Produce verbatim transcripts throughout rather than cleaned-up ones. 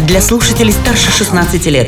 для слушателей старше шестнадцати лет.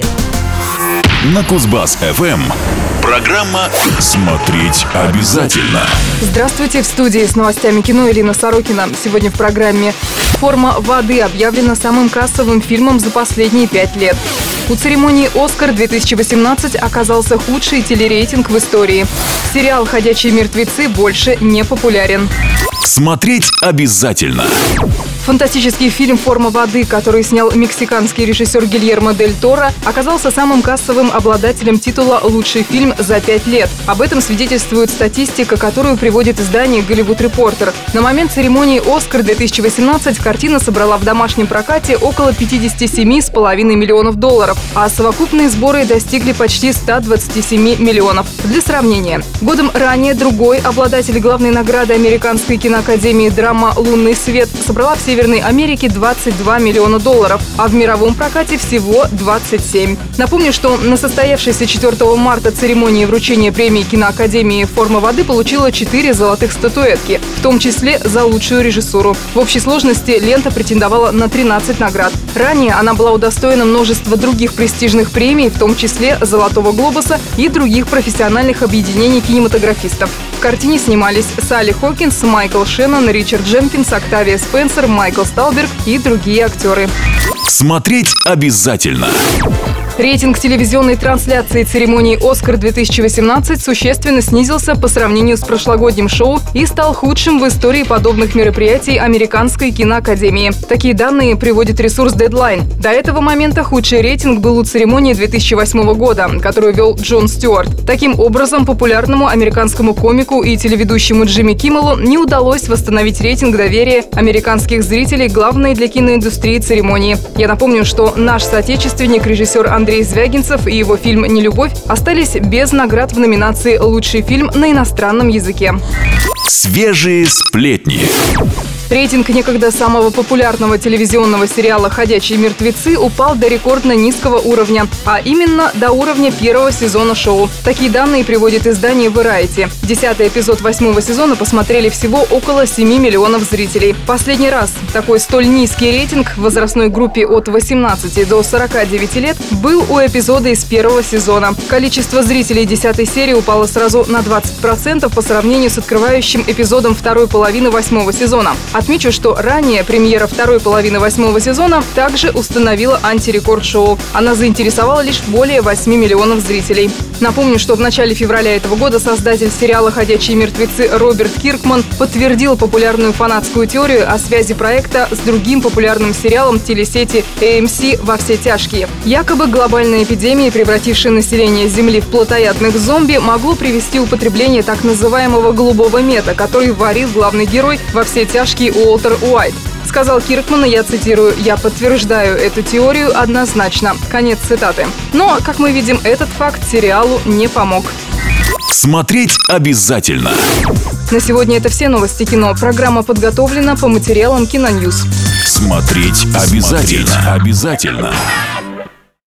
На Кузбасс-ФМ. Программа «Смотреть обязательно». Здравствуйте, в студии с новостями кино Ирина Сорокина. Сегодня в программе «Форма воды» объявлена самым кассовым фильмом за последние пять лет. У церемонии «Оскар» две тысячи восемнадцать оказался худший телерейтинг в истории. Сериал «Ходячие мертвецы» больше не популярен. Смотреть обязательно. Фантастический фильм «Форма воды», который снял мексиканский режиссер Гильермо дель Торо, оказался самым кассовым обладателем титула «Лучший фильм за пять лет». Об этом свидетельствует статистика, которую приводит издание «Голливуд Репортер». На момент церемонии «Оскар» две тысячи восемнадцать картина собрала в домашнем прокате около пятьдесят семь с половиной миллионов долларов, а совокупные сборы достигли почти ста двадцати семи миллионов. Для сравнения, годом ранее другой обладатель главной награды Американской киноакадемии драма «Лунный свет» собрала в Северной Америке двадцать два миллиона долларов, а в мировом прокате всего двадцать семь. Напомню, что на состоявшейся четвёртого марта церемонии вручения премии киноакадемии «Форма воды» получила четыре золотых статуэтки, в том числе за лучшую режиссуру. В общей сложности лента претендовала на тринадцать наград. Ранее она была удостоена множества других престижных премий, в том числе «Золотого глобуса» и других профессиональных объединений кинематографистов. В картине снимались Салли Хокинс, Майкл Шеннон, Ричард Дженкинс, Октавия Спенсер, Майкл Сталберг и другие актеры. Смотреть обязательно. Рейтинг телевизионной трансляции церемонии «Оскар» две тысячи восемнадцать существенно снизился по сравнению с прошлогодним шоу и стал худшим в истории подобных мероприятий Американской киноакадемии. Такие данные приводит ресурс Deadline. До этого момента худший рейтинг был у церемонии две тысячи восьмого года, которую вел Джон Стюарт. Таким образом, популярному американскому комику и телеведущему Джимми Киммелу не удалось восстановить рейтинг доверия американских зрителей главной для киноиндустрии церемонии. Я напомню, что наш соотечественник, режиссер Андрей Андрей Звягинцев и его фильм «Нелюбовь» остались без наград в номинации «Лучший фильм на иностранном языке». Свежие сплетни. Рейтинг некогда самого популярного телевизионного сериала «Ходячие мертвецы» упал до рекордно низкого уровня, а именно до уровня первого сезона шоу. Такие данные приводит издание Variety. Десятый эпизод восьмого сезона посмотрели всего около семи миллионов зрителей. Последний раз такой столь низкий рейтинг в возрастной группе от восемнадцати до сорока девяти лет был у эпизода из первого сезона. Количество зрителей десятой серии упало сразу на двадцать процентов по сравнению с открывающим эпизодом второй половины восьмого сезона. Отмечу, что ранее премьера второй половины восьмого сезона также установила антирекорд шоу. Она заинтересовала лишь более восьми миллионов зрителей. Напомню, что в начале февраля этого года создатель сериала «Ходячие мертвецы» Роберт Киркман подтвердил популярную фанатскую теорию о связи проекта с другим популярным сериалом телесети эй эм си «Во все тяжкие». Якобы глобальная эпидемия, превратившая население Земли в плотоядных зомби, могло привести употребление так называемого голубого мета, который варил главный герой «Во все тяжкие» Уолтер Уайт. Сказал Киркман, я цитирую: «Я подтверждаю эту теорию однозначно». Конец цитаты. Но, как мы видим, этот факт сериалу не помог. Смотреть обязательно. На сегодня это все новости кино. Программа подготовлена по материалам Киноньюз. Смотреть обязательно. Смотреть обязательно.